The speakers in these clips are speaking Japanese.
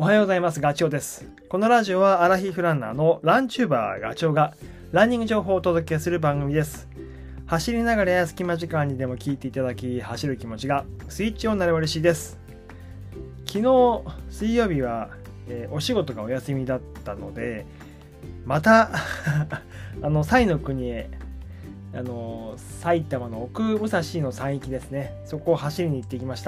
おはようございます。ガチョウです。このラジオはアラヒフランナーのランチューバーガチョウがランニング情報をお届けする番組です。走りながらや隙間時間にでも聞いていただき、走る気持ちがスイッチオンになれば嬉しいです。昨日水曜日は、お仕事がお休みだったので、また彩の国へ埼玉の奥武蔵の山域ですね、そこを走りに行ってきました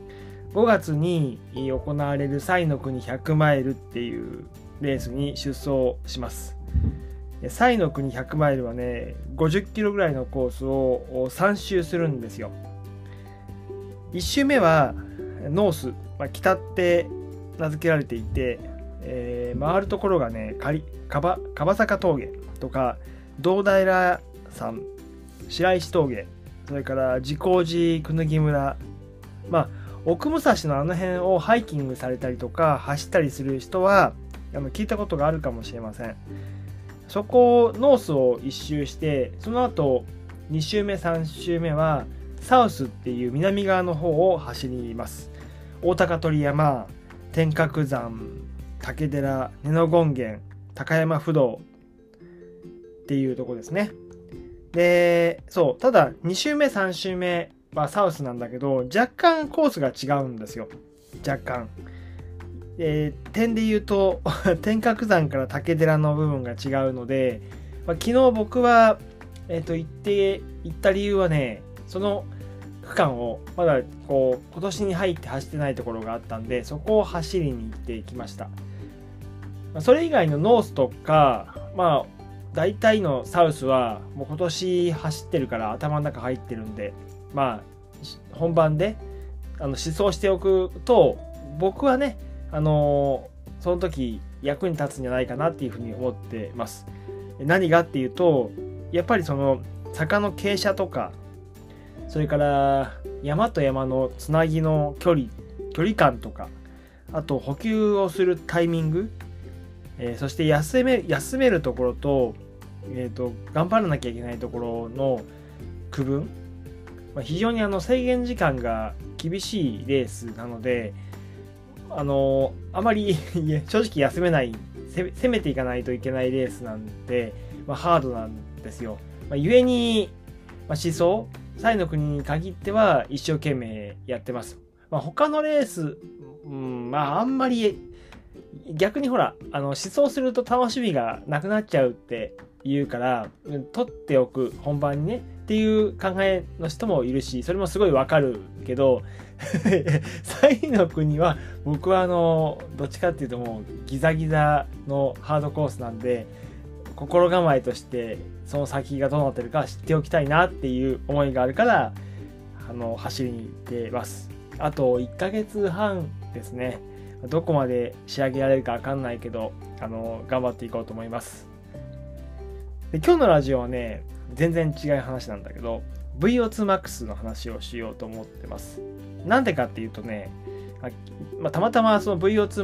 。5月に行われる彩の国100マイルっていうレースに出走します。彩の国100マイルはね、50キロぐらいのコースを3周するんですよ。1周目はノース、北って名付けられていて、回るところがね、樺坂峠とか堂平山、白石峠、それから慈光寺椚村、奥武蔵のあの辺をハイキングされたりとか走ったりする人は聞いたことがあるかもしれません。そこノースを1周して、その後2周目3周目はサウスっていう南側の方を走ります。大高鳥山、天鶴山、竹寺、根の権現、高山不動っていうとこですね。で、ただ2周目3周目はサウスなんだけど、若干コースが違うんですよ。若干。点で言うと天鶴山から竹寺の部分が違うので、昨日僕は、行った理由はね、その区間をまだ今年に入って走ってないところがあったんで、そこを走りに行ってきました。それ以外のノースとか、大体のサウスはもう今年走ってるから頭の中入ってるんで、本番で試走しておくと、僕はね、その時役に立つんじゃないかなっていうふうに思ってます。何がっていうと、やっぱりその坂の傾斜とか、それから山と山のつなぎの距離感とか、あと補給をするタイミング、そして休めるところと、頑張らなきゃいけないところの区分、非常に制限時間が厳しいレースなので、あまり正直休めない、攻めていかないといけないレースなんで、ハードなんですよ。故に、思想彩の国に限っては一生懸命やってます。他のレース、あんまり逆にほら思想すると楽しみがなくなっちゃうって言うから、取っておく、本番にねっていう考えの人もいるし、それもすごいわかるけど彩の国は僕はどっちかっていうともうギザギザのハードコースなんで、心構えとしてその先がどうなってるか知っておきたいなっていう思いがあるから走りに行ってます。あと1ヶ月半ですね。どこまで仕上げられるか分かんないけど頑張っていこうと思います。で、今日のラジオはね、全然違う話なんだけど VO2max の話をしようと思ってます。なんでかっていうとね、たまたまその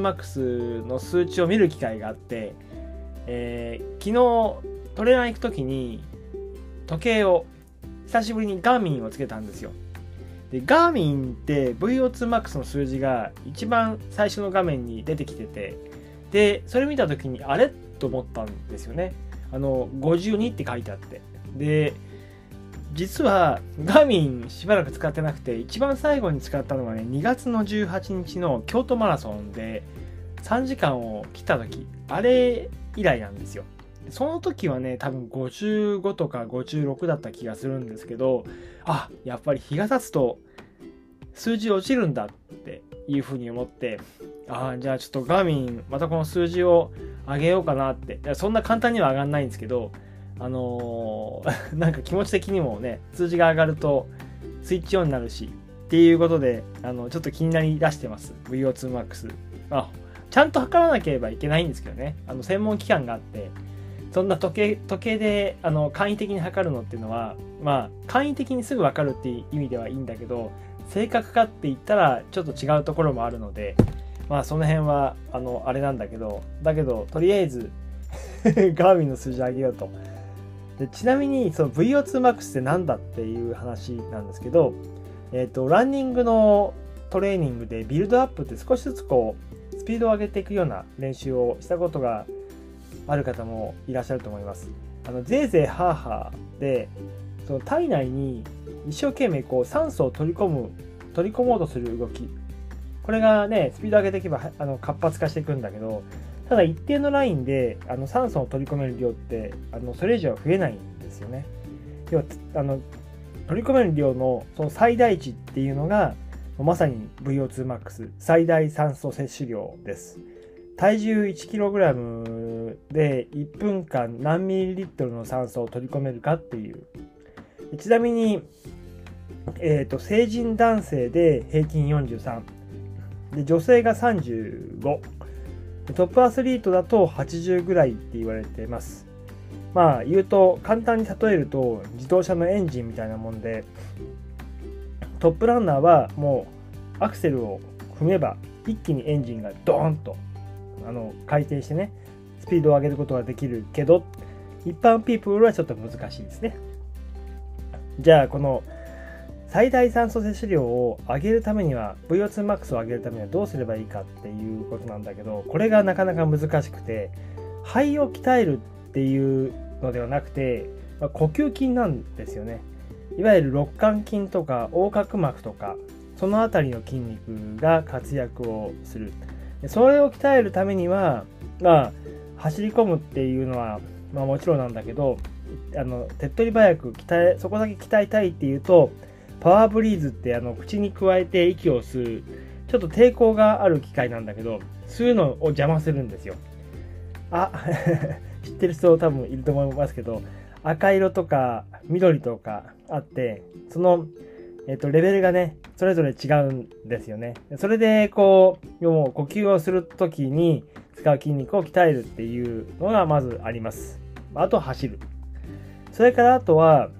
VO2max の数値を見る機会があって、昨日トレーナー行く時に時計を久しぶりにガーミンをつけたんですよ。で、ガーミンって VO2max の数字が一番最初の画面に出てきてて、でそれ見た時にあれと思ったんですよね。52って書いてあって、で実はガーミンしばらく使ってなくて、一番最後に使ったのがね、2月の18日の京都マラソンで3時間を切った時、あれ以来なんですよ。その時はね、多分55とか56だった気がするんですけど、やっぱり日が経つと数字落ちるんだっていうふうに思って、じゃあちょっとガーミンまたこの数字を上げようかなって。そんな簡単には上がんないんですけど、なんか気持ち的にもね、数字が上がるとスイッチオンになるしっていうことで、ちょっと気になりだしてます。 VO2max。ちゃんと測らなければいけないんですけどね、専門機関があって、そんな時計で簡易的に測るのっていうのは、簡易的にすぐ分かるっていう意味ではいいんだけど、正確かって言ったらちょっと違うところもあるので、その辺はあれなんだけど、とりあえずガーミンの数字上げようと。で、ちなみにその VO2max って何だっていう話なんですけど、ランニングのトレーニングでビルドアップって少しずつスピピードを上げていくような練習をしたことがある方もいらっしゃると思います。ぜいぜいハーハーでその体内に一生懸命こう酸素を取り込もうとする動き、これがねスピード上げていけば活発化していくんだけど、ただ一定のラインで酸素を取り込める量ってそれ以上は増えないんですよね。要は取り込める量のその最大値っていうのがまさに VO2max 最大酸素摂取量です。体重 1kg で1分間何ミリリットルの酸素を取り込めるかっていう。ちなみに、成人男性で平均43で女性が35、トップアスリートだと80ぐらいって言われてます。まあ言うと簡単に例えると自動車のエンジンみたいなもんで、トップランナーはもうアクセルを踏めば一気にエンジンがドーンと回転してねスピードを上げることができるけど、一般ピープルはちょっと難しいですね。じゃあこの最大酸素摂取量を上げるためには VO2max を上げるためにはどうすればいいかっていうことなんだけど、これがなかなか難しくて、肺を鍛えるっていうのではなくて、呼吸筋なんですよね。いわゆる肋間筋とか横隔膜とかそのあたりの筋肉が活躍をする。それを鍛えるためには走り込むっていうのはもちろんなんだけど、手っ取り早くそこだけ鍛えたいっていうとパワーブリーズって口に加えて息を吸うちょっと抵抗がある機械なんだけど、吸うのを邪魔するんですよ。知ってる人多分いると思いますけど、赤色とか緑とかあってそのレベルがねそれぞれ違うんですよね。それでこう呼吸をするときに使う筋肉を鍛えるっていうのがまずあります。あと走る。それからあとは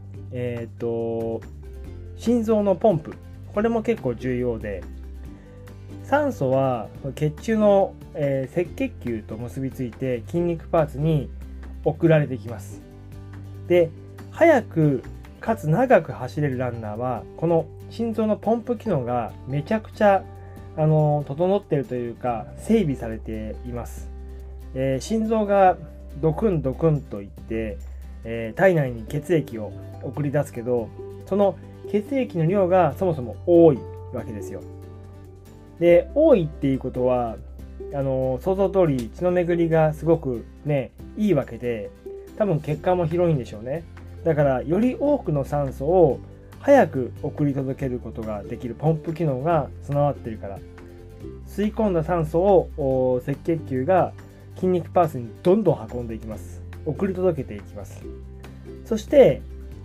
心臓のポンプ、これも結構重要で、酸素は血中の、赤血球と結びついて筋肉パーツに送られてきます。で、速くかつ長く走れるランナーはこの心臓のポンプ機能がめちゃくちゃ整っているというか整備されています。心臓がドクンドクンといって、体内に血液を送り出すけど、その血液の量がそもそも多いわけですよ。で、多いっていうことは想像通り血の巡りがすごくねいいわけで、多分血管も広いんでしょうね。だからより多くの酸素を早く送り届けることができるポンプ機能が備わっているから、吸い込んだ酸素を赤血球が筋肉パーツにどんどん運んでいきます。送り届けていきます。そして、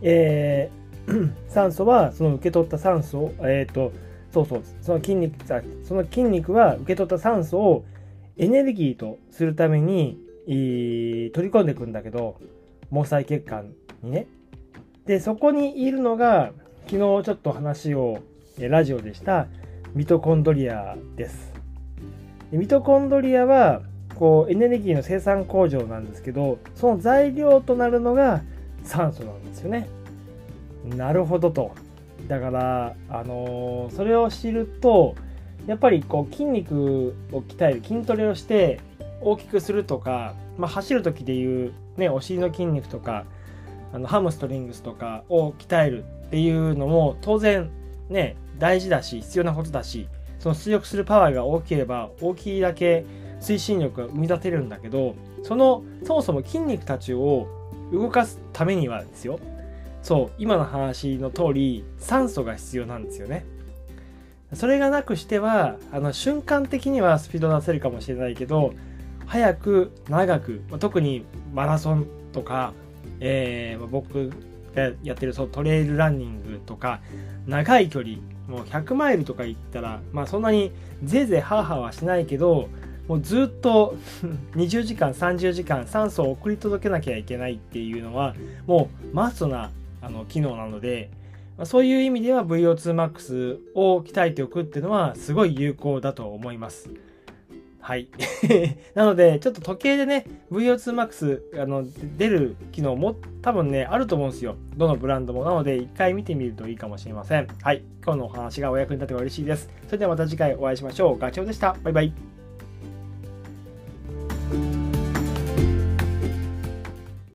酸素はその受け取った酸素をその筋肉は受け取った酸素をエネルギーとするために取り込んでいくんだけど、毛細血管にね。でそこにいるのが昨日ちょっと話をラジオでしたミトコンドリアです。ミトコンドリアはこうエネルギーの生産工場なんですけど、その材料となるのが酸素なんですよね。なるほどと。だからそれを知るとやっぱりこう筋肉を鍛える、筋トレをして大きくするとか、走る時でいうねお尻の筋肉とかハムストリングスとかを鍛えるっていうのも当然ね大事だし必要なことだし、その出力するパワーが大きければ大きいだけ推進力が生み出せるんだけど、そもそも筋肉たちを動かすためにはですよ、そう今の話の通り酸素が必要なんですよね。それがなくしては瞬間的にはスピード出せるかもしれないけど、早く長く、特にマラソンとか、僕がやってるそのトレイルランニングとか長い距離もう100マイルとか行ったら、そんなにぜいぜいハーハーはしないけど、もうずっと20時間30時間酸素を送り届けなきゃいけないっていうのはもうマストな機能なので、そういう意味では VO2max を鍛えておくっていうのはすごい有効だと思います。はいなのでちょっと時計でね VO2max 出る機能も多分ねあると思うんですよ、どのブランドも。なので一回見てみるといいかもしれません。はい、今日のお話がお役に立てば嬉しいです。それではまた次回お会いしましょう。ガチョウでした。バイバイ。